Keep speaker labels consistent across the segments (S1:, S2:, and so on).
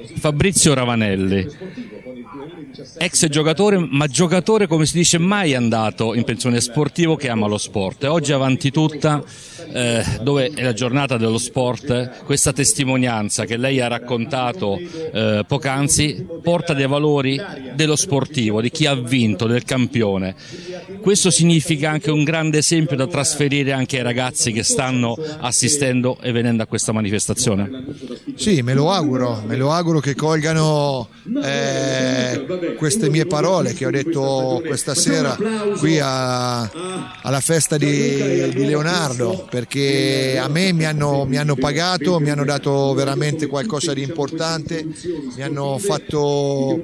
S1: Fabrizio Ravanelli, ex giocatore, ma giocatore, come si dice, mai andato in pensione, sportivo che ama lo sport. E oggi Avanti Tutta, dove è la giornata dello sport, questa testimonianza che lei ha raccontato poc'anzi porta dei valori dello sportivo, di chi ha vinto, del campione. Questo significa anche un grande esempio da trasferire anche ai ragazzi che stanno assistendo e venendo a questa manifestazione.
S2: Sì, me lo auguro che colgano queste mie parole che ho detto questa sera qui alla festa di Leonardo, perché a me mi hanno pagato, mi hanno dato veramente qualcosa di importante, mi hanno fatto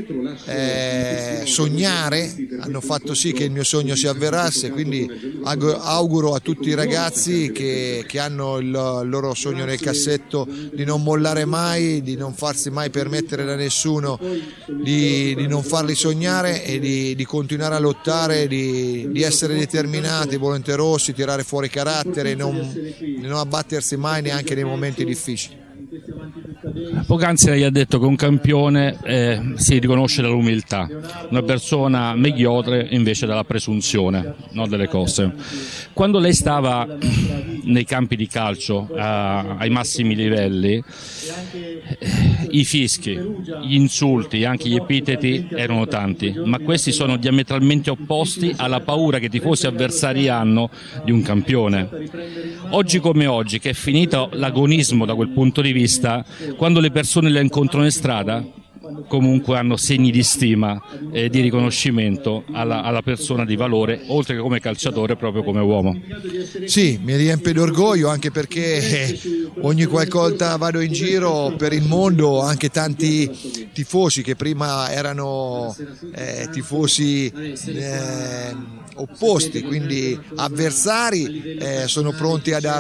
S2: sognare, hanno fatto sì che il mio sogno si avverasse, quindi auguro a tutti i ragazzi che hanno il loro sogno nel cassetto di non mollare mai, di non farsi mai permettere da nessuno di non farli sognare e di continuare a lottare, di essere determinati, volenterosi, tirare fuori carattere, di non abbattersi mai neanche nei momenti difficili.
S1: Poc'anzi lei ha detto che un campione si riconosce dall'umiltà, una persona mediocre invece dalla presunzione, no, delle cose. Quando lei stava nei campi di calcio ai massimi livelli, i fischi, gli insulti, anche gli epiteti erano tanti, ma questi sono diametralmente opposti alla paura che i tifosi avversari hanno di un campione. Oggi come oggi, che è finito l'agonismo da quel punto di vista, quando le persone le incontrano in strada comunque hanno segni di stima e di riconoscimento alla persona di valore, oltre che come calciatore, proprio come uomo.
S2: Sì, mi riempie d'orgoglio, anche perché ogni qualvolta vado in giro per il mondo, anche tanti tifosi che prima erano tifosi opposti, quindi avversari, sono pronti a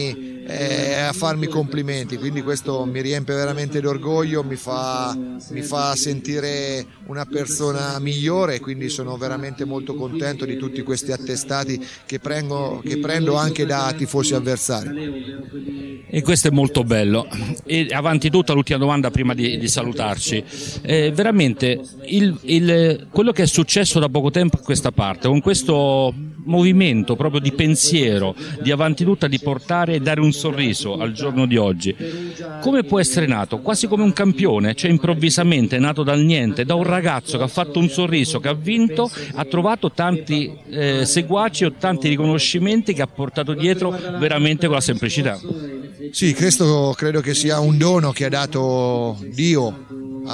S2: farmi complimenti, quindi questo mi riempie veramente d'orgoglio, mi fa sentire una persona migliore, quindi sono veramente molto contento di tutti questi attestati che prendo anche da tifosi avversari.
S1: E questo è molto bello. E avanti tutta, l'ultima domanda prima di salutarci. Veramente quello che è successo da poco tempo a questa parte, con questo movimento proprio di pensiero di Avanti Tutta, di portare e dare un sorriso al giorno di oggi, come può essere nato? Quasi come un campione, cioè improvvisamente nato dal niente, da un ragazzo che ha fatto un sorriso, che ha vinto, ha trovato tanti seguaci o tanti riconoscimenti che ha portato dietro veramente con la semplicità.
S2: Sì, questo credo che sia un dono che ha dato Dio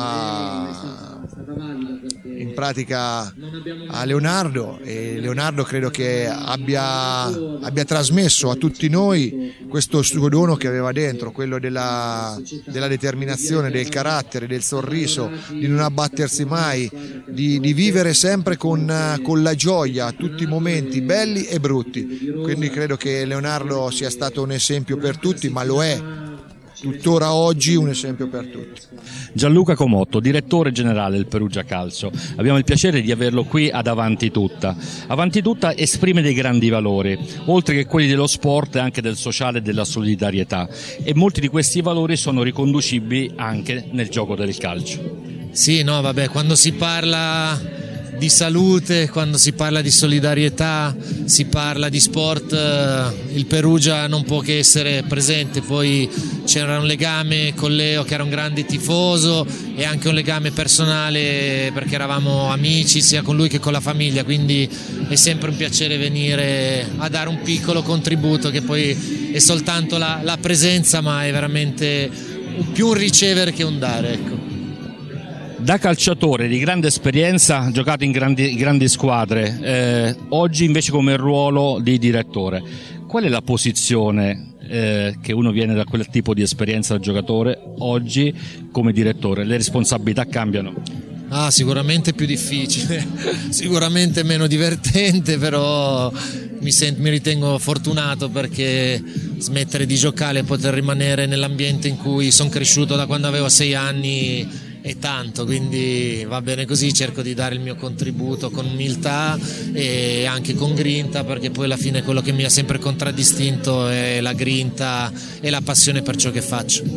S2: in pratica a Leonardo, e Leonardo credo che abbia trasmesso a tutti noi questo suo dono che aveva dentro, quello della determinazione, del carattere, del sorriso, di non abbattersi mai, di vivere sempre con la gioia tutti i momenti belli e brutti. Quindi credo che Leonardo sia stato un esempio per tutti, ma lo è tuttora oggi un esempio per tutti.
S1: Gianluca Comotto, direttore generale del Perugia Calcio, abbiamo il piacere di averlo qui ad Avanti Tutta. Avanti Tutta esprime dei grandi valori, oltre che quelli dello sport, anche del sociale e della solidarietà, e molti di questi valori sono riconducibili anche nel gioco del calcio.
S3: Sì, no, vabbè, quando si parla di salute, quando si parla di solidarietà, si parla di sport, il Perugia non può che essere presente. Poi c'era un legame con Leo, che era un grande tifoso, e anche un legame personale perché eravamo amici sia con lui che con la famiglia, quindi è sempre un piacere venire a dare un piccolo contributo, che poi è soltanto la presenza, ma è veramente più un ricevere che un dare, ecco.
S1: Da calciatore di grande esperienza, giocato in grandi squadre, oggi invece come ruolo di direttore, qual è la posizione che uno viene da quel tipo di esperienza da giocatore oggi come direttore? Le responsabilità cambiano?
S3: Sicuramente più difficile, sicuramente meno divertente, però mi ritengo fortunato, perché smettere di giocare e poter rimanere nell'ambiente in cui sono cresciuto da quando avevo 6 anni è tanto, quindi va bene così. Cerco di dare il mio contributo con umiltà e anche con grinta, perché poi alla fine quello che mi ha sempre contraddistinto è la grinta e la passione per ciò che faccio.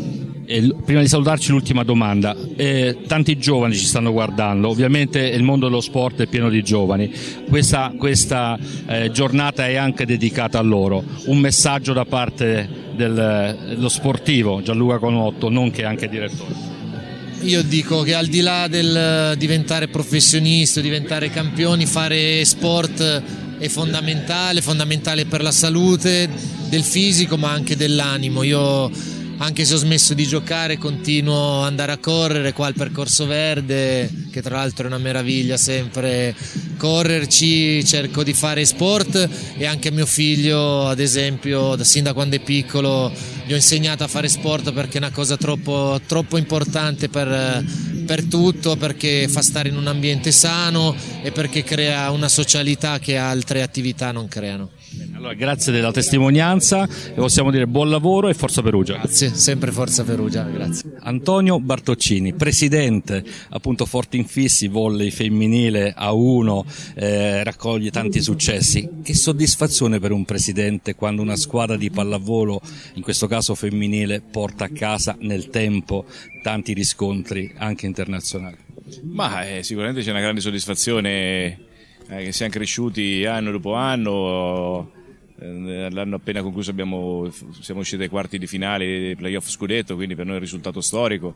S1: Prima di salutarci l'ultima domanda, tanti giovani ci stanno guardando, ovviamente il mondo dello sport è pieno di giovani, questa giornata è anche dedicata a loro, un messaggio da parte dello sportivo Gianluca Conotto, nonché anche direttore.
S3: Io dico che al di là del diventare professionisti, diventare campioni, fare sport è fondamentale per la salute del fisico ma anche dell'animo. Io, anche se ho smesso di giocare, continuo ad andare a correre qua al Percorso Verde, che tra l'altro è una meraviglia sempre correrci, cerco di fare sport, e anche a mio figlio, ad esempio, sin da quando è piccolo gli ho insegnato a fare sport, perché è una cosa troppo importante per tutto, perché fa stare in un ambiente sano e perché crea una socialità che altre attività non creano.
S1: Allora, grazie della testimonianza e possiamo dire buon lavoro e forza Perugia.
S3: Grazie, sempre forza Perugia, grazie.
S1: Antonio Bartoccini, presidente appunto Fortinfissi volley femminile A1, raccoglie tanti successi. Che soddisfazione per un presidente quando una squadra di pallavolo, in questo caso femminile, porta a casa nel tempo tanti riscontri anche internazionali.
S4: Ma sicuramente c'è una grande soddisfazione che siamo cresciuti anno dopo anno. L'anno appena concluso siamo usciti ai quarti di finale playoff scudetto, quindi per noi è un risultato storico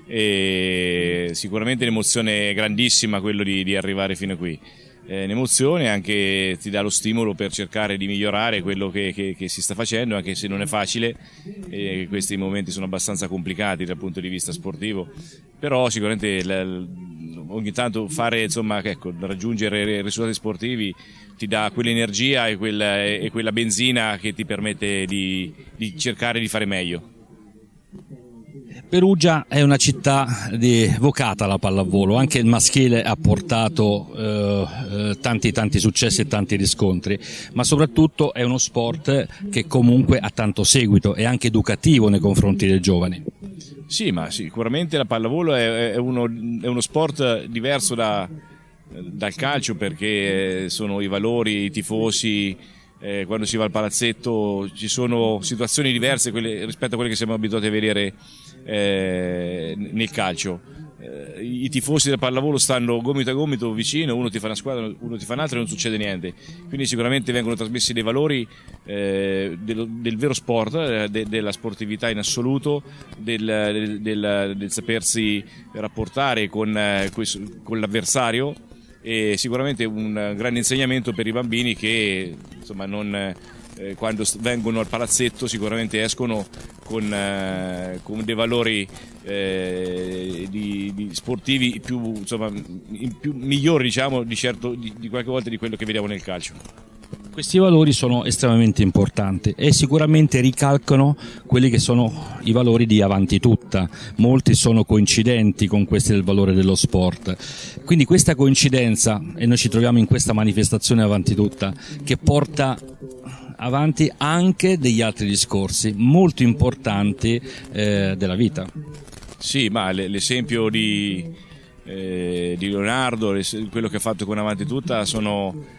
S4: e sicuramente un'emozione grandissima quello di arrivare fino a qui. Un'emozione anche ti dà lo stimolo per cercare di migliorare quello che si sta facendo, anche se non è facile, questi momenti sono abbastanza complicati dal punto di vista sportivo, però sicuramente ogni tanto raggiungere risultati sportivi ti dà quell'energia e quella benzina che ti permette di cercare di fare meglio.
S1: Perugia è una città vocata alla pallavolo, anche il maschile ha portato tanti successi e tanti riscontri, ma soprattutto è uno sport che comunque ha tanto seguito e anche educativo nei confronti dei giovani.
S4: Sì, ma sicuramente la pallavolo è uno sport diverso dal calcio, perché sono i valori, i tifosi. Quando si va al palazzetto ci sono situazioni diverse rispetto a quelle che siamo abituati a vedere nel calcio. I tifosi del pallavolo stanno gomito a gomito vicino, uno ti fa una squadra, uno ti fa un'altra e non succede niente, quindi sicuramente vengono trasmessi dei valori del vero sport, della sportività in assoluto, del sapersi rapportare con l'avversario, e sicuramente un grande insegnamento per i bambini che quando vengono al palazzetto sicuramente escono con dei valori di sportivi più migliori, diciamo, di qualche volta di quello che vediamo nel calcio.
S1: Questi valori sono estremamente importanti e sicuramente ricalcano quelli che sono i valori di Avanti Tutta. Molti sono coincidenti con questi del valore dello sport. Quindi questa coincidenza, e noi ci troviamo in questa manifestazione Avanti Tutta, che porta avanti anche degli altri discorsi molto importanti della vita. Sì, ma l'esempio di Leonardo, quello che ha fatto con Avanti Tutta sono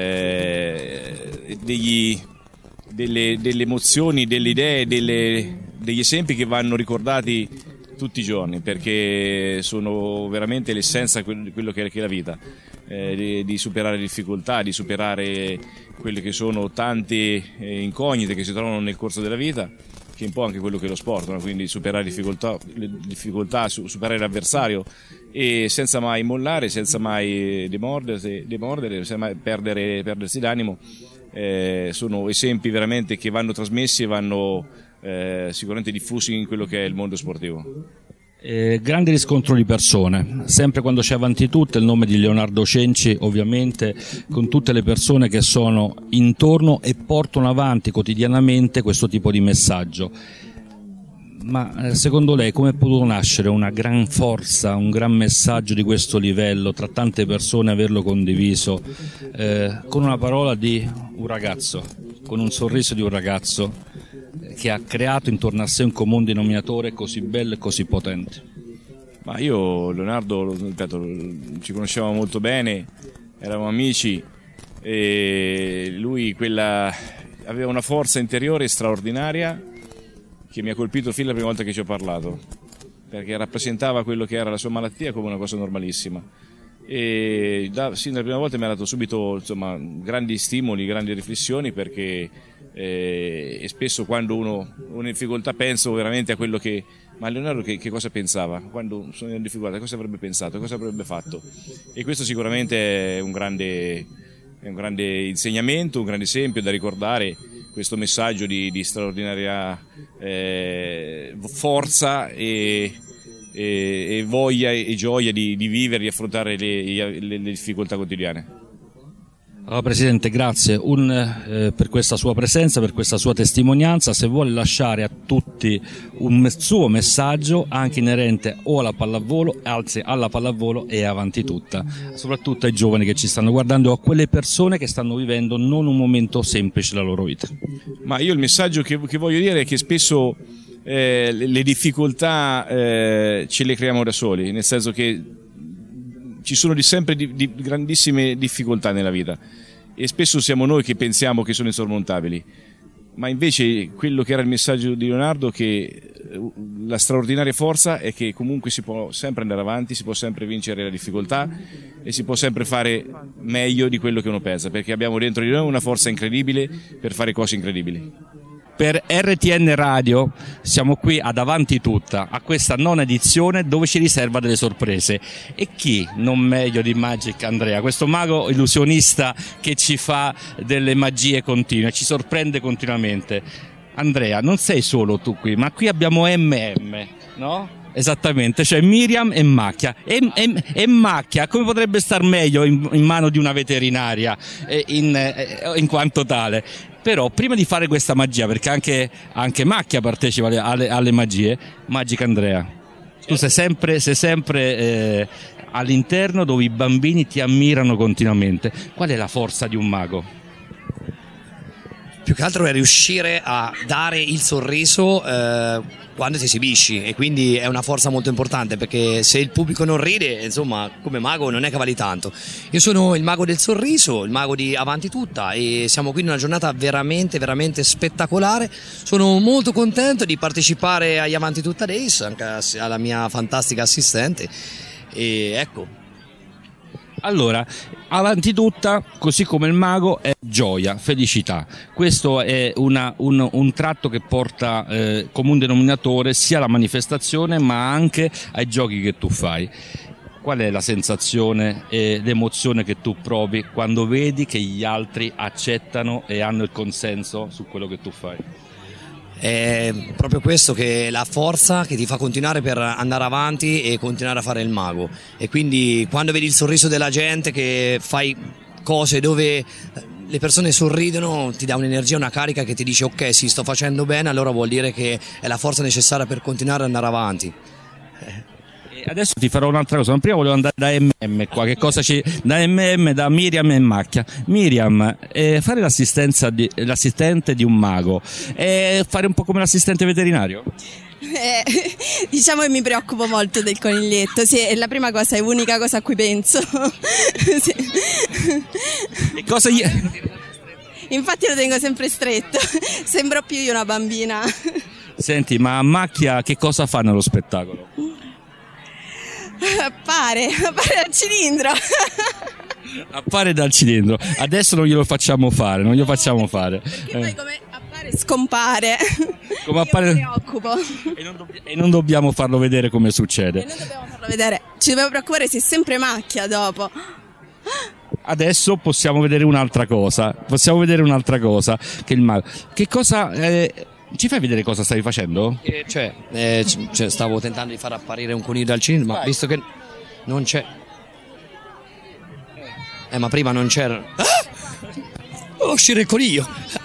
S1: delle emozioni, delle idee, degli esempi che vanno ricordati tutti i giorni, perché sono veramente l'essenza di quello che è la vita, di superare le difficoltà, di superare quelle che sono tante incognite che si trovano nel corso della vita, che è un po' anche quello che è lo sport, no? Quindi superare le difficoltà, superare l'avversario, e senza mai mollare, senza mai demordere, senza mai perdersi d'animo. Sono esempi veramente che vanno trasmessi e vanno sicuramente diffusi in quello che è il mondo sportivo. Grande riscontro di persone, sempre quando c'è Avanti Tutta il nome di Leonardo Cenci, ovviamente, con tutte le persone che sono intorno e portano avanti quotidianamente questo tipo di messaggio. Ma secondo lei come è potuto nascere una gran forza, un gran messaggio di questo livello tra tante persone, averlo condiviso con una parola di un ragazzo, con un sorriso di un ragazzo che ha creato intorno a sé un comune denominatore così bello e così potente?
S4: Ma io Leonardo, ripeto, ci conoscevamo molto bene, eravamo amici, e lui aveva una forza interiore straordinaria, che mi ha colpito fin la prima volta che ci ho parlato, perché rappresentava quello che era la sua malattia come una cosa normalissima. E sin dalla prima volta mi ha dato subito, insomma, grandi stimoli, grandi riflessioni, perché e spesso quando uno è in difficoltà penso veramente a quello che... Ma Leonardo che cosa pensava? Quando sono in difficoltà cosa avrebbe pensato? Cosa avrebbe fatto? E questo sicuramente è un grande insegnamento, un grande esempio da ricordare, questo messaggio di straordinaria forza e voglia e gioia di vivere, di affrontare le difficoltà quotidiane.
S1: Allora, Presidente, grazie per questa sua presenza, per questa sua testimonianza. Se vuole lasciare a tutti un suo messaggio anche inerente o alla pallavolo, anzi alla pallavolo e avanti tutta, soprattutto ai giovani che ci stanno guardando o a quelle persone che stanno vivendo non un momento semplice della loro vita.
S4: Ma io il messaggio che voglio dire è che spesso le difficoltà ce le creiamo da soli, nel senso che ci sono sempre di grandissime difficoltà nella vita e spesso siamo noi che pensiamo che sono insormontabili, ma invece quello che era il messaggio di Leonardo, che la straordinaria forza è che comunque si può sempre andare avanti, si può sempre vincere la difficoltà e si può sempre fare meglio di quello che uno pensa, perché abbiamo dentro di noi una forza incredibile per fare cose incredibili.
S1: Per RTN Radio siamo qui ad Avanti Tutta, a questa nona edizione dove ci riserva delle sorprese. E chi non meglio di Magic Andrea, questo mago illusionista che ci fa delle magie continue, ci sorprende continuamente. Andrea, non sei solo tu qui, ma qui abbiamo MM, no? Esattamente, cioè Miriam e Macchia. E Macchia come potrebbe star meglio in mano di una veterinaria in quanto tale? Però prima di fare questa magia, perché anche Macchia partecipa alle magie, Magic Andrea, tu sei sempre all'interno dove i bambini ti ammirano continuamente. Qual è la forza di un mago?
S5: Più che altro è riuscire a dare il sorriso quando ti esibisci, e quindi è una forza molto importante, perché se il pubblico non ride, insomma, come mago non è che vali tanto. Io sono il mago del sorriso, il mago di Avanti Tutta, e siamo qui in una giornata veramente veramente spettacolare. Sono molto contento di partecipare agli Avanti Tutta Days, anche alla mia fantastica assistente, e ecco.
S1: Allora, Avanti Tutta, così come il mago, è gioia, felicità. Questo è un tratto che porta come un denominatore sia alla manifestazione ma anche ai giochi che tu fai. Qual è la sensazione e l'emozione che tu provi quando vedi che gli altri accettano e hanno il consenso su quello che tu fai?
S5: È proprio questo che è la forza che ti fa continuare per andare avanti e continuare a fare il mago. E quindi quando vedi il sorriso della gente, che fai cose dove le persone sorridono, ti dà un'energia, una carica che ti dice ok, sì, sto facendo bene, allora vuol dire che è la forza necessaria per continuare ad andare avanti.
S1: Adesso ti farò un'altra cosa, ma prima volevo andare da MM qua, che cosa c'è da MM, da Miriam e Macchia. Miriam, fare l'assistente di un mago, fare un po' come l'assistente veterinario?
S6: Diciamo che mi preoccupo molto del coniglietto, sì, è la prima cosa, è l'unica cosa a cui penso. Sì.
S1: E cosa
S6: Infatti lo tengo sempre stretto, sembro più io una bambina.
S1: Senti, ma Macchia che cosa fa nello spettacolo?
S6: Appare dal cilindro.
S1: Appare dal cilindro. Adesso non glielo facciamo fare,
S6: Perché poi come appare scompare.
S1: Come appare...
S6: mi preoccupo.
S1: E non dobbiamo farlo vedere come succede.
S6: Non dobbiamo farlo vedere. Ci dobbiamo preoccupare se è sempre Macchia dopo.
S1: Adesso possiamo vedere un'altra cosa. Che il mago. Che cosa... Ci fai vedere cosa stavi facendo?
S5: Stavo tentando di far apparire un coniglio dal cilindro, ma visto che non c'è. Ma prima non c'era. Vuole uscire il coniglio.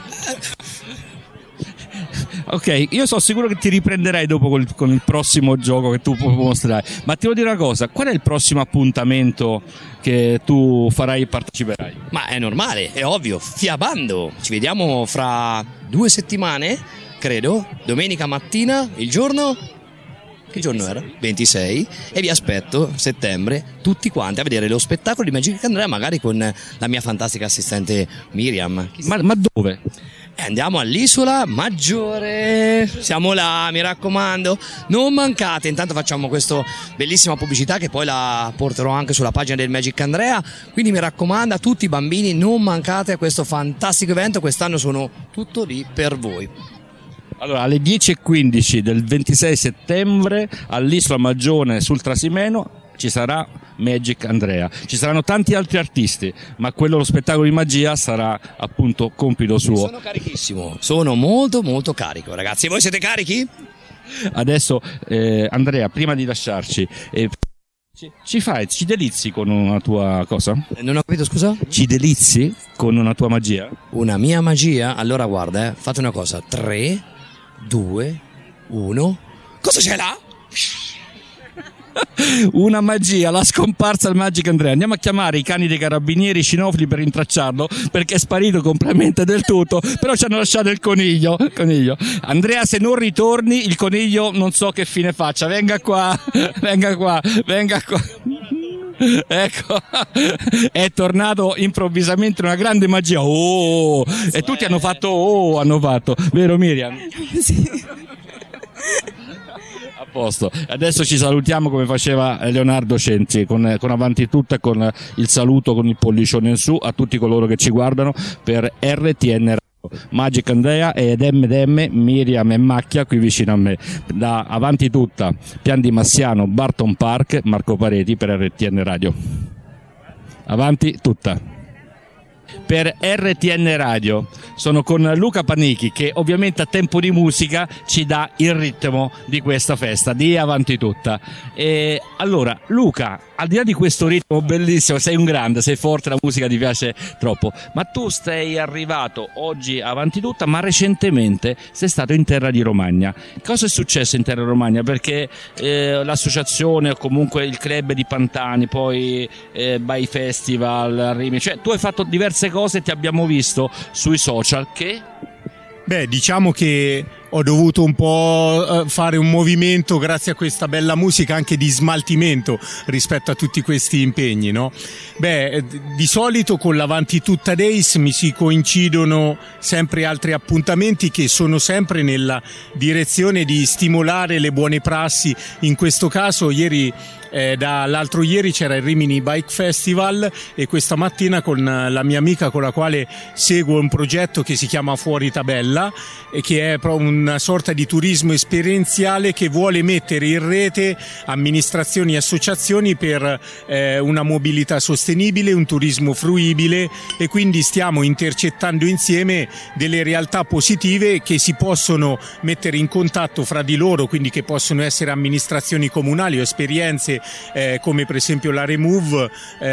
S1: Ok, io sono sicuro che ti riprenderai dopo con il prossimo gioco che tu puoi mostrare. Ma ti devo dire una cosa, qual è il prossimo appuntamento che tu farai e parteciperai?
S5: Ma è normale, è ovvio, Fiabando. Ci vediamo fra 2 settimane. Credo, domenica mattina, il giorno, che giorno era? 26, e vi aspetto a settembre tutti quanti a vedere lo spettacolo di Magic Andrea, magari con la mia fantastica assistente Miriam.
S1: Ma dove?
S5: E andiamo all'Isola Maggiore, siamo là, mi raccomando, non mancate. Intanto facciamo questa bellissima pubblicità che poi la porterò anche sulla pagina del Magic Andrea, quindi mi raccomando a tutti i bambini, non mancate a questo fantastico evento, quest'anno sono tutto lì per voi.
S1: Allora, alle 10:15 del 26 settembre all'Isola Maggiore sul Trasimeno ci sarà Magic Andrea, ci saranno tanti altri artisti, ma quello, lo spettacolo di magia, sarà appunto compito suo.
S5: Sono carichissimo, sono molto molto carico, ragazzi. Voi siete carichi?
S1: Adesso Andrea, prima di lasciarci, ci delizi con una tua cosa?
S5: Non ho capito, scusa?
S1: Ci delizi con una tua magia?
S5: Una mia magia? Allora guarda, fate una cosa, 3, 2, 1, cosa c'è là?
S1: Una magia, la scomparsa del Magic Andrea. Andiamo a chiamare i cani dei carabinieri cinofili per rintracciarlo, perché è sparito completamente del tutto, però ci hanno lasciato il coniglio. Andrea, se non ritorni, il coniglio non so che fine faccia. Venga qua. Ecco, è tornato improvvisamente una grande magia. E tutti hanno fatto, vero Miriam?
S6: Sì.
S1: A posto. Adesso ci salutiamo come faceva Leonardo Cenci, con Avanti Tutta, con il saluto con il pollicione in su a tutti coloro che ci guardano per RTN Radio. Magic Andrea ed MDM Miriam e Macchia qui vicino a me. Da Avanti Tutta, Pian di Massiano, Barton Park, Marco Pareti per RTN Radio. Avanti Tutta. Per RTN Radio sono con Luca Panichi, che ovviamente a tempo di musica ci dà il ritmo di questa festa di Avanti Tutta. E allora Luca, al di là di questo ritmo bellissimo, sei un grande, sei forte, la musica ti piace troppo, ma tu sei arrivato oggi Avanti Tutta, ma recentemente sei stato in terra di Romagna. Cosa è successo in terra di Romagna? Perché l'associazione o comunque il club di Pantani, poi by Festival, Rimi, cioè tu hai fatto diverse cose, ti abbiamo visto sui social che...
S7: Beh, diciamo che ho dovuto un po' fare un movimento grazie a questa bella musica anche di smaltimento rispetto a tutti questi impegni, no? Beh, di solito con l'Avanti Tutta Days mi si coincidono sempre altri appuntamenti che sono sempre nella direzione di stimolare le buone prassi. In questo caso dall'altro ieri c'era il Rimini Bike Festival e questa mattina con la mia amica con la quale seguo un progetto che si chiama Fuori Tabella e che è proprio una sorta di turismo esperienziale che vuole mettere in rete amministrazioni e associazioni per una mobilità sostenibile, un turismo fruibile, e quindi stiamo intercettando insieme delle realtà positive che si possono mettere in contatto fra di loro, quindi che possono essere amministrazioni comunali o esperienze come per esempio la Remove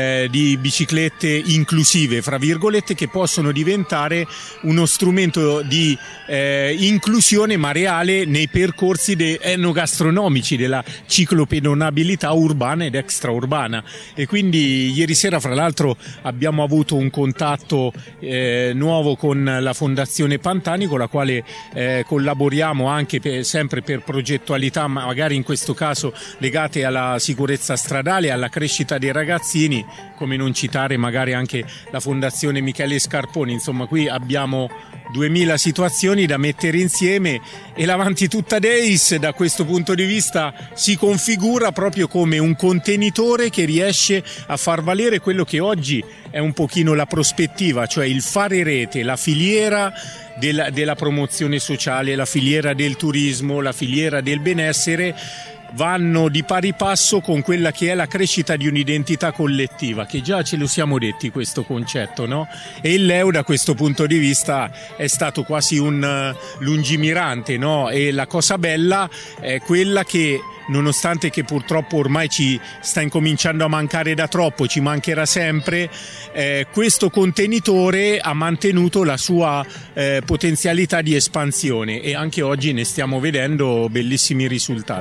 S7: di biciclette inclusive, fra virgolette, che possono diventare uno strumento di inclusione ma reale nei percorsi enogastronomici della ciclopedonabilità urbana ed extraurbana. E quindi ieri sera fra l'altro abbiamo avuto un contatto nuovo con la Fondazione Pantani, con la quale collaboriamo anche sempre per progettualità, magari in questo caso legate alla sicurezza stradale, alla crescita dei ragazzini, come non citare magari anche la Fondazione Michele Scarponi. Insomma, qui abbiamo 2000 situazioni da mettere insieme e l'Avanti Tutta Days da questo punto di vista si configura proprio come un contenitore che riesce a far valere quello che oggi è un pochino la prospettiva, cioè il fare rete, la filiera della promozione sociale, la filiera del turismo, la filiera del benessere, vanno di pari passo con quella che è la crescita di un'identità collettiva, che già ce lo siamo detti questo concetto, no? E il Leo da questo punto di vista è stato quasi un lungimirante, no? E la cosa bella è quella che, nonostante che purtroppo ormai ci sta incominciando a mancare da troppo, ci mancherà sempre, questo contenitore ha mantenuto la sua potenzialità di espansione e anche oggi ne stiamo vedendo bellissimi risultati.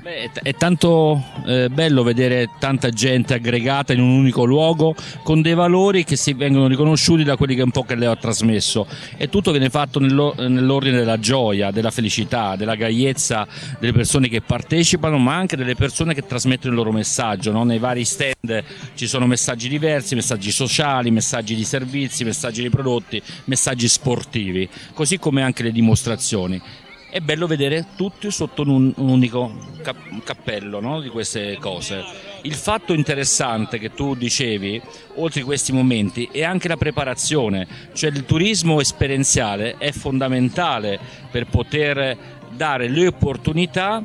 S1: Beh, è tanto bello vedere tanta gente aggregata in un unico luogo con dei valori che si vengono riconosciuti da quelli che un po' che lei ha trasmesso, e tutto viene fatto nell'ordine della gioia, della felicità, della gaiezza delle persone che partecipano, ma anche delle persone che trasmettono il loro messaggio, no? Nei vari stand ci sono messaggi diversi, messaggi sociali, messaggi di servizi, messaggi di prodotti, messaggi sportivi, così come anche le dimostrazioni. È bello vedere tutti sotto un unico cappello, no? Di queste cose. Il fatto interessante che tu dicevi, oltre a questi momenti, è anche la preparazione, cioè il turismo esperienziale è fondamentale per poter dare le opportunità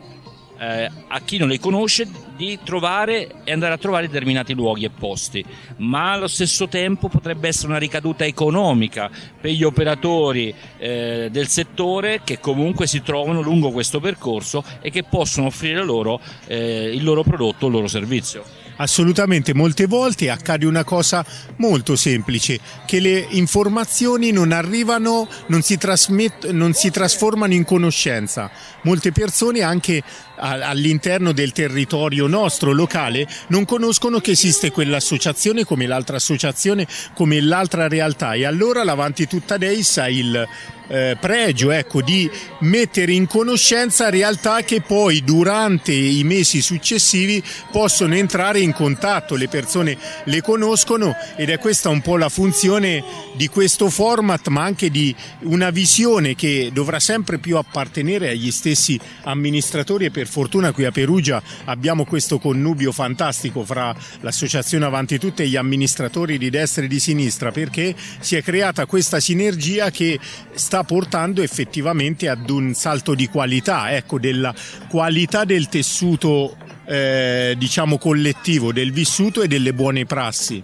S1: a chi non le conosce di trovare e andare a trovare determinati luoghi e posti, ma allo stesso tempo potrebbe essere una ricaduta economica per gli operatori del settore che comunque si trovano lungo questo percorso e che possono offrire loro il loro prodotto, il loro servizio.
S7: Assolutamente, molte volte accade una cosa molto semplice, che le informazioni non arrivano, non si trasformano in conoscenza. Molte persone anche all'interno del territorio nostro locale non conoscono che esiste quell'associazione come l'altra associazione, come l'altra realtà, e allora l'Avanti Tutta Days ha il pregio, ecco, di mettere in conoscenza realtà che poi durante i mesi successivi possono entrare in contatto, le persone le conoscono, ed è questa un po' la funzione di questo format, ma anche di una visione che dovrà sempre più appartenere agli stessi amministratori, e per fortuna qui a Perugia abbiamo questo connubio fantastico fra l'associazione Avanti Tutta e gli amministratori di destra e di sinistra, perché si è creata questa sinergia che sta portando effettivamente ad un salto di qualità, ecco, della qualità del tessuto diciamo collettivo, del vissuto e delle buone prassi.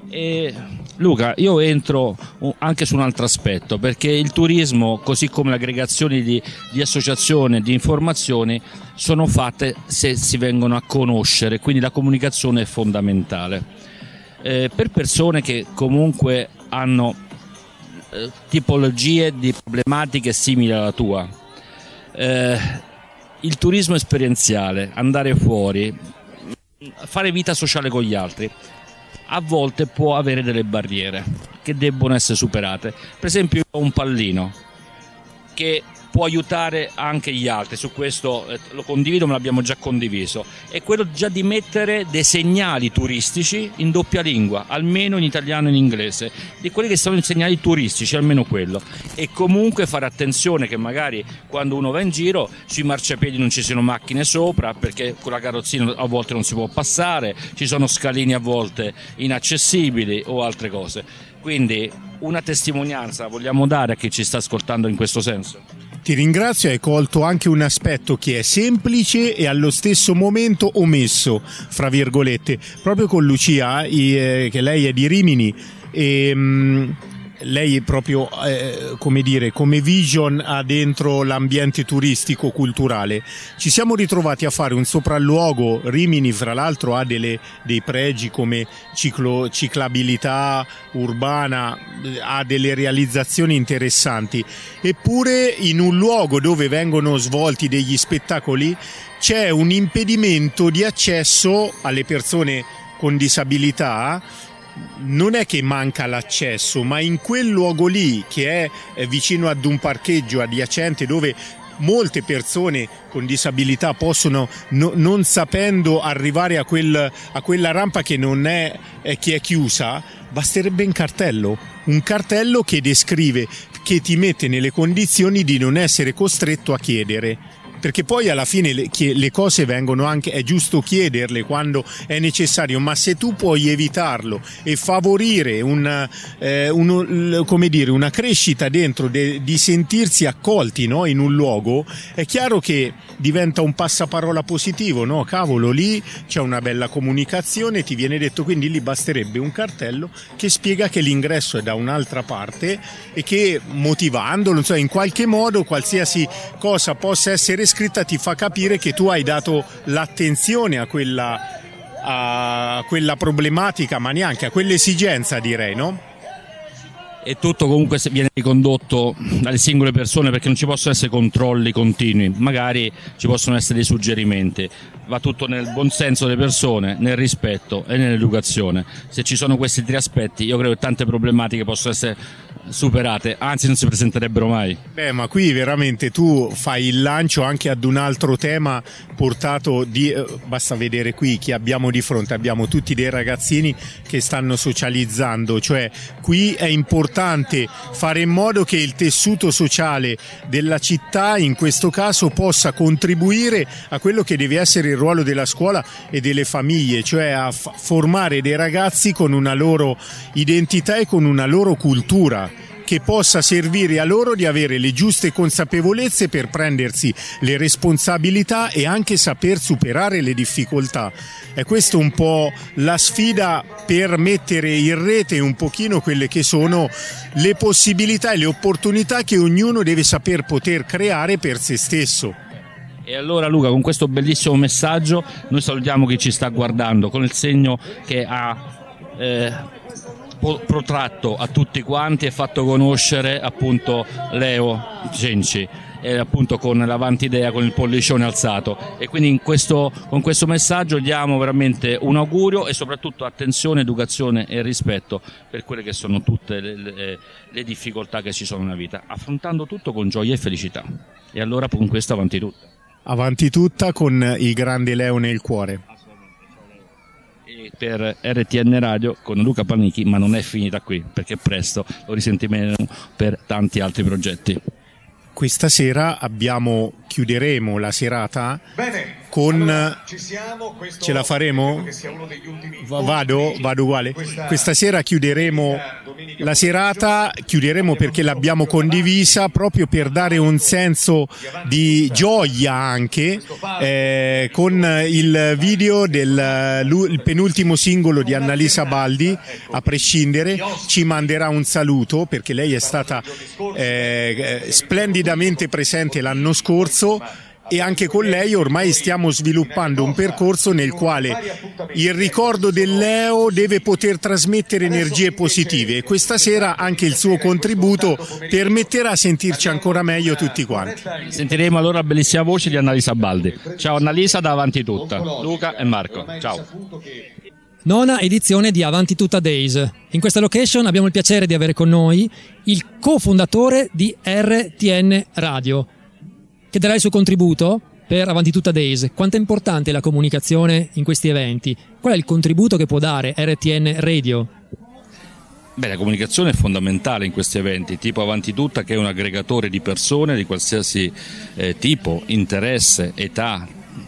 S1: Luca, io entro anche su un altro aspetto, perché il turismo, così come le aggregazioni di associazioni, di informazioni, sono fatte se si vengono a conoscere, quindi la comunicazione è fondamentale. Per persone che comunque hanno tipologie di problematiche simili alla tua, il turismo esperienziale, andare fuori, fare vita sociale con gli altri, a volte può avere delle barriere che debbono essere superate. Per esempio, io ho un pallino che può aiutare anche gli altri, su questo lo condivido, ma l'abbiamo già condiviso, è quello già di mettere dei segnali turistici in doppia lingua, almeno in italiano e in inglese, di quelli che sono i segnali turistici, almeno quello, e comunque fare attenzione che magari quando uno va in giro sui marciapiedi non ci siano macchine sopra, perché con la carrozzina a volte non si può passare, ci sono scalini a volte inaccessibili o altre cose. Quindi una testimonianza vogliamo dare a chi ci sta ascoltando in questo senso?
S7: Ti ringrazio, hai colto anche un aspetto che è semplice e allo stesso momento omesso, fra virgolette, proprio con Lucia, che lei è di Rimini, e lei proprio come dire, come vision ha dentro l'ambiente turistico culturale. Ci siamo ritrovati a fare un sopralluogo. Rimini fra l'altro ha dei pregi come ciclabilità urbana, ha delle realizzazioni interessanti, eppure in un luogo dove vengono svolti degli spettacoli c'è un impedimento di accesso alle persone con disabilità. Non è che manca l'accesso, ma in quel luogo lì, che è vicino ad un parcheggio adiacente dove molte persone con disabilità possono, non sapendo arrivare a quella rampa che non è che è chiusa, basterebbe un cartello che descrive, che ti mette nelle condizioni di non essere costretto a chiedere. Perché poi alla fine le cose vengono anche, è giusto chiederle quando è necessario, ma se tu puoi evitarlo e favorire una crescita dentro di sentirsi accolti, no, in un luogo, è chiaro che diventa un passaparola positivo, no? Cavolo, lì c'è una bella comunicazione, ti viene detto, quindi lì basterebbe un cartello che spiega che l'ingresso è da un'altra parte e che, motivandolo, non so, in qualche modo, qualsiasi cosa possa essere scritta ti fa capire che tu hai dato l'attenzione a quella problematica, ma neanche a quell'esigenza, direi, no?
S1: E tutto comunque viene ricondotto dalle singole persone, perché non ci possono essere controlli continui, magari ci possono essere dei suggerimenti, va tutto nel buon senso delle persone, nel rispetto e nell'educazione. Se ci sono questi 3 aspetti, io credo che tante problematiche possono essere superate, anzi non si presenterebbero mai.
S7: Beh, ma qui veramente tu fai il lancio anche ad un altro tema portato basta vedere qui chi abbiamo di fronte, abbiamo tutti dei ragazzini che stanno socializzando, cioè qui è importante fare in modo che il tessuto sociale della città in questo caso possa contribuire a quello che deve essere il ruolo della scuola e delle famiglie, cioè a formare dei ragazzi con una loro identità e con una loro cultura, che possa servire a loro di avere le giuste consapevolezze per prendersi le responsabilità e anche saper superare le difficoltà. È questo un po' la sfida per mettere in rete un pochino quelle che sono le possibilità e le opportunità che ognuno deve saper poter creare per se stesso.
S1: E allora Luca, con questo bellissimo messaggio noi salutiamo chi ci sta guardando con il segno che ha protratto a tutti quanti e fatto conoscere appunto Leo Cenci, appunto con l'Avantidea, con il pollicione alzato, e quindi con questo messaggio diamo veramente un augurio e soprattutto attenzione, educazione e rispetto per quelle che sono tutte le difficoltà che ci sono nella vita, affrontando tutto con gioia e felicità. E allora con questo avanti tutta. Avanti tutta con il grande Leo nel cuore. Per RTN Radio con Luca Panichi, ma non è finita qui, perché presto lo risentiremo per tanti altri progetti. Questa sera chiuderemo la serata con... Ce la faremo? Vado uguale? Questa sera chiuderemo la serata, perché l'abbiamo condivisa proprio per dare un senso di gioia anche, con il video del penultimo singolo di Annalisa Baldi, A prescindere. Ci manderà un saluto perché lei è stata splendidamente presente l'anno scorso, e anche con lei ormai stiamo sviluppando un percorso nel quale il ricordo del Leo deve poter trasmettere energie positive, e questa sera anche il suo contributo permetterà a sentirci ancora meglio tutti quanti. Sentiremo allora la bellissima voce di Annalisa Baldi. Ciao Annalisa da Avanti Tutta, Luca e Marco, ciao.
S8: 9ª edizione di Avanti Tutta Days. In questa location abbiamo il piacere di avere con noi il cofondatore di RTN Radio, che darà il suo contributo per Avanti Tutta Days. Quanto è importante la comunicazione in questi eventi? Qual è il contributo che può dare RTN Radio?
S1: Beh, la comunicazione è fondamentale in questi eventi, tipo Avanti Tutta, che è un aggregatore di persone di qualsiasi tipo, interesse, età,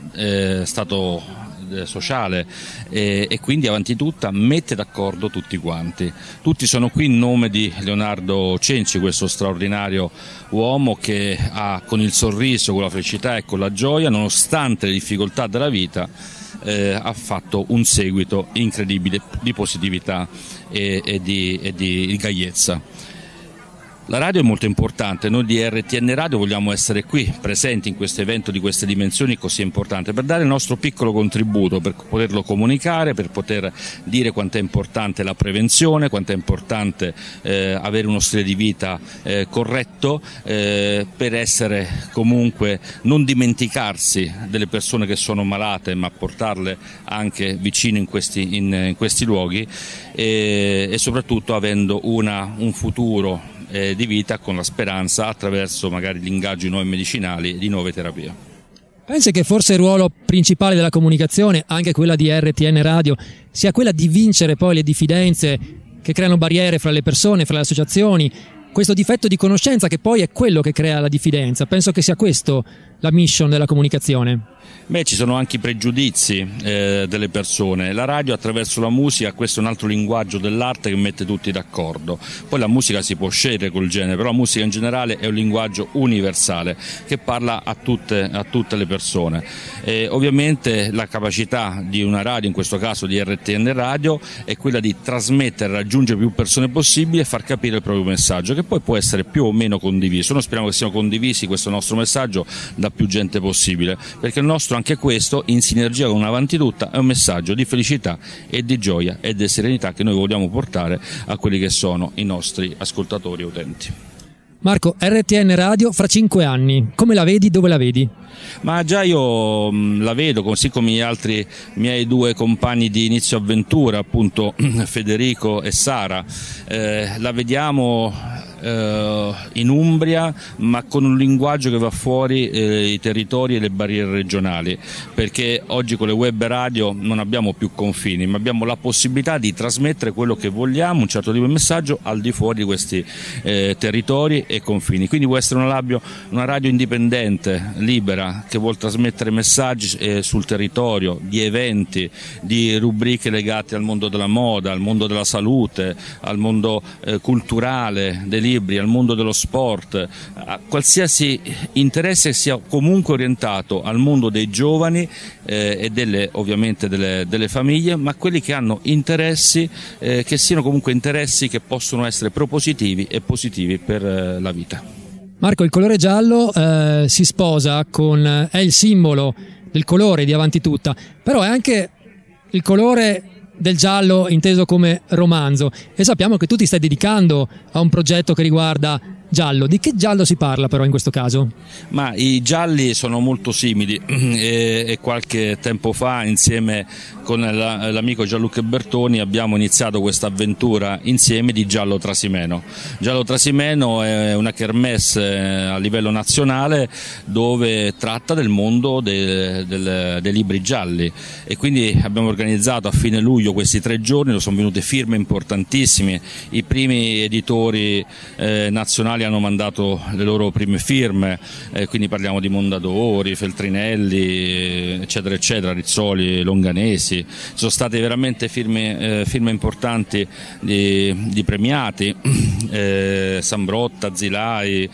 S1: stato sociale, e quindi Avanti Tutta mette d'accordo tutti quanti. Tutti sono qui in nome di Leonardo Cenci, questo straordinario uomo che ha, con il sorriso, con la felicità e con la gioia, nonostante le difficoltà della vita, ha fatto un seguito incredibile di positività e di gaiezza. La radio è molto importante, noi di RTN Radio vogliamo essere qui, presenti in questo evento di queste dimensioni così importante, per dare il nostro piccolo contributo, per poterlo comunicare, per poter dire quanto è importante la prevenzione, quanto è importante avere uno stile di vita corretto, per essere comunque, non dimenticarsi delle persone che sono malate, ma portarle anche vicino in questi luoghi, e soprattutto avendo un futuro di vita con la speranza, attraverso magari l'ingaggio di nuovi medicinali e di nuove terapie.
S8: Pensi che forse il ruolo principale della comunicazione, anche quella di RTN Radio, sia quella di vincere poi le diffidenze che creano barriere fra le persone, fra le associazioni, questo difetto di conoscenza che poi è quello che crea la diffidenza? Penso che sia questo la mission della comunicazione.
S1: Beh, ci sono anche i pregiudizi delle persone. La radio, attraverso la musica, questo è un altro linguaggio dell'arte che mette tutti d'accordo. Poi la musica si può scegliere col genere, però la musica in generale è un linguaggio universale che parla a tutte le persone. Ovviamente la capacità di una radio, in questo caso di RTN Radio, è quella di trasmettere, raggiungere più persone possibile e far capire il proprio messaggio, che poi può essere più o meno condiviso. Noi speriamo che siano condivisi questo nostro messaggio da più gente possibile, perché il nostro nostro anche questo, in sinergia con Avanti Tutta, è un messaggio di felicità e di gioia e di serenità che noi vogliamo portare a quelli che sono i nostri ascoltatori e utenti.
S8: Marco, RTN Radio fra 5 anni, come la vedi, dove la vedi?
S1: Ma già io la vedo, così come gli altri miei 2 compagni di inizio avventura, appunto Federico e Sara, la vediamo in Umbria, ma con un linguaggio che va fuori i territori e le barriere regionali, perché oggi con le web radio non abbiamo più confini, ma abbiamo la possibilità di trasmettere quello che vogliamo, un certo tipo di messaggio al di fuori di questi territori e confini. Quindi può essere una radio indipendente, libera, che vuol trasmettere messaggi sul territorio, di eventi, di rubriche legate al mondo della moda, al mondo della salute, al mondo culturale, dei libri, al mondo dello sport, a qualsiasi interesse sia comunque orientato al mondo dei giovani e ovviamente delle famiglie, ma quelli che hanno interessi che siano comunque interessi che possono essere propositivi e positivi per la vita.
S8: Marco, il colore giallo si sposa è il simbolo del colore di Avanti Tutta, però è anche il colore del giallo inteso come romanzo, e sappiamo che tu ti stai dedicando a un progetto che riguarda giallo. Di che giallo si parla però in questo caso?
S1: Ma i gialli sono molto simili e qualche tempo fa, insieme con l'amico Gianluca Bertoni, abbiamo iniziato questa avventura insieme di Giallo Trasimeno. Giallo Trasimeno è una kermesse a livello nazionale dove tratta del mondo dei libri gialli, e quindi abbiamo organizzato a fine luglio questi 3 giorni, sono venute firme importantissime, i primi editori nazionali hanno mandato le loro prime firme, quindi parliamo di Mondadori, Feltrinelli, eccetera eccetera, Rizzoli, Longanesi. Sono state veramente firme importanti di premiati, Sambrotta, Zilai,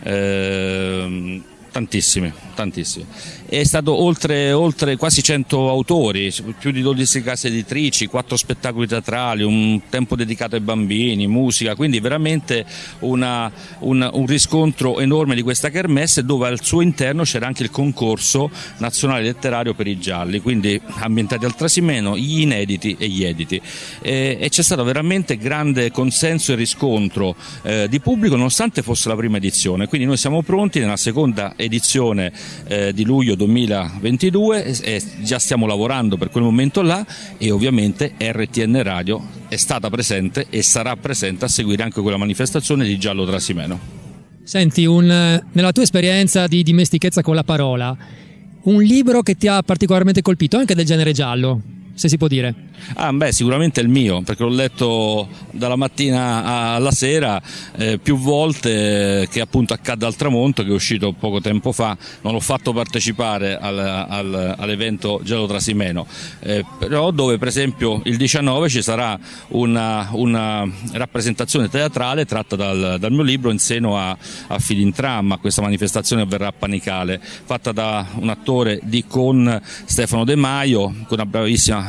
S1: tantissimi. È stato oltre quasi 100 autori, più di 12 case editrici, 4 spettacoli teatrali, un tempo dedicato ai bambini, musica, quindi veramente un riscontro enorme di questa kermesse, dove al suo interno c'era anche il concorso nazionale letterario per i gialli, quindi ambientati al Trasimeno, gli inediti e gli editi, e c'è stato veramente grande consenso e riscontro di pubblico, nonostante fosse la prima edizione. Quindi noi siamo pronti nella seconda edizione di luglio 2022 e già stiamo lavorando per quel momento là, e ovviamente RTN Radio è stata presente e sarà presente a seguire anche quella manifestazione di Giallo Trasimeno.
S8: Senti, nella tua esperienza di dimestichezza con la parola, un libro che ti ha particolarmente colpito, anche del genere giallo, se si può dire?
S1: Sicuramente è il mio, perché l'ho letto dalla mattina alla sera più volte, che appunto Accadde al tramonto, che è uscito poco tempo fa. Non l'ho fatto partecipare all'evento Giallo Trasimeno, però dove per esempio il 19 ci sarà una rappresentazione teatrale tratta dal mio libro in seno a Filintram, a questa manifestazione che avverrà a Panicale, fatta da un attore con Stefano De Maio, con una bravissima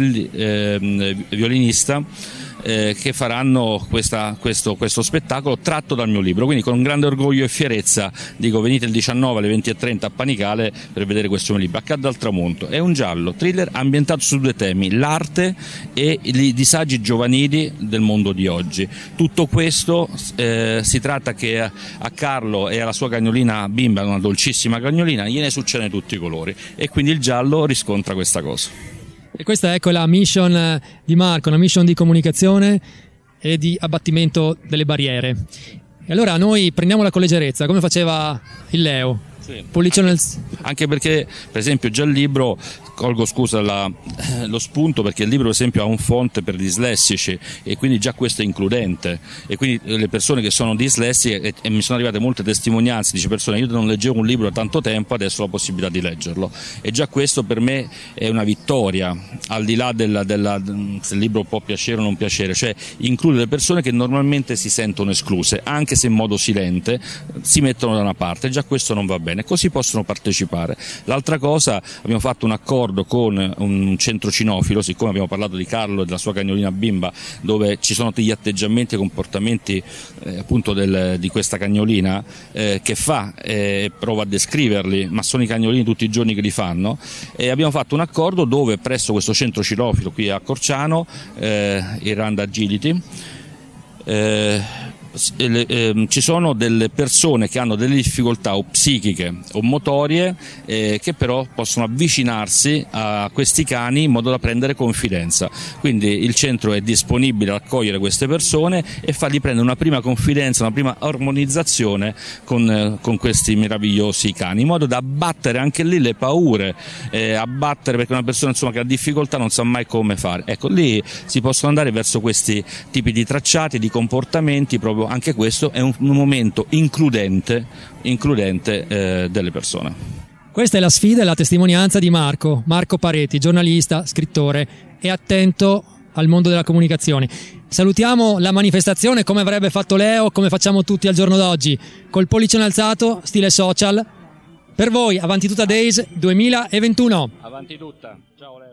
S1: violinista, che faranno questo spettacolo tratto dal mio libro. Quindi con grande orgoglio e fierezza dico: venite il 19 alle 20:30 a Panicale per vedere questo mio libro. Accadde al tramonto è un giallo thriller ambientato su 2 temi: l'arte e i disagi giovanili del mondo di oggi. Tutto questo si tratta che a Carlo e alla sua cagnolina bimba, una dolcissima cagnolina, gliene succedono tutti i colori, e quindi il giallo riscontra questa cosa.
S8: E questa è la mission di Marco, una mission di comunicazione e di abbattimento delle barriere. E allora noi prendiamola con leggerezza, come faceva il Leo.
S1: Sì.
S8: Pollicione
S1: anche perché per esempio già il libro, colgo lo spunto, perché il libro per esempio ha un font per dislessici, e quindi già questo è includente, e quindi le persone che sono dislessiche, e mi sono arrivate molte testimonianze di persone: io non leggevo un libro da tanto tempo, adesso ho la possibilità di leggerlo, e già questo per me è una vittoria, al di là se il libro può piacere o non piacere, cioè include le persone che normalmente si sentono escluse, anche se in modo silente si mettono da una parte. Già questo non va bene, così possono partecipare. L'altra cosa, abbiamo fatto un accordo accordo con un centro cinofilo, siccome abbiamo parlato di Carlo e della sua cagnolina bimba, dove ci sono degli atteggiamenti e comportamenti appunto di questa cagnolina che fa e prova a descriverli, ma sono i cagnolini tutti i giorni che li fanno, e abbiamo fatto un accordo dove presso questo centro cinofilo qui a Corciano, il Rand Agility, ci sono delle persone che hanno delle difficoltà o psichiche o motorie che però possono avvicinarsi a questi cani in modo da prendere confidenza. Quindi il centro è disponibile ad accogliere queste persone e fargli prendere una prima confidenza, una prima armonizzazione con questi meravigliosi cani, in modo da abbattere anche lì le paure, abbattere, perché una persona insomma che ha difficoltà non sa mai come fare. Ecco, lì si possono andare verso questi tipi di tracciati, di comportamenti. Proprio anche questo è un momento includente delle persone.
S8: Questa è la sfida e la testimonianza di Marco Pareti, giornalista, scrittore e attento al mondo della comunicazione. Salutiamo la manifestazione come avrebbe fatto Leo, come facciamo tutti al giorno d'oggi, col pollicione alzato, stile social. Per voi, Avanti Tutta Days 2021.
S1: Avanti tutta. Ciao Leo.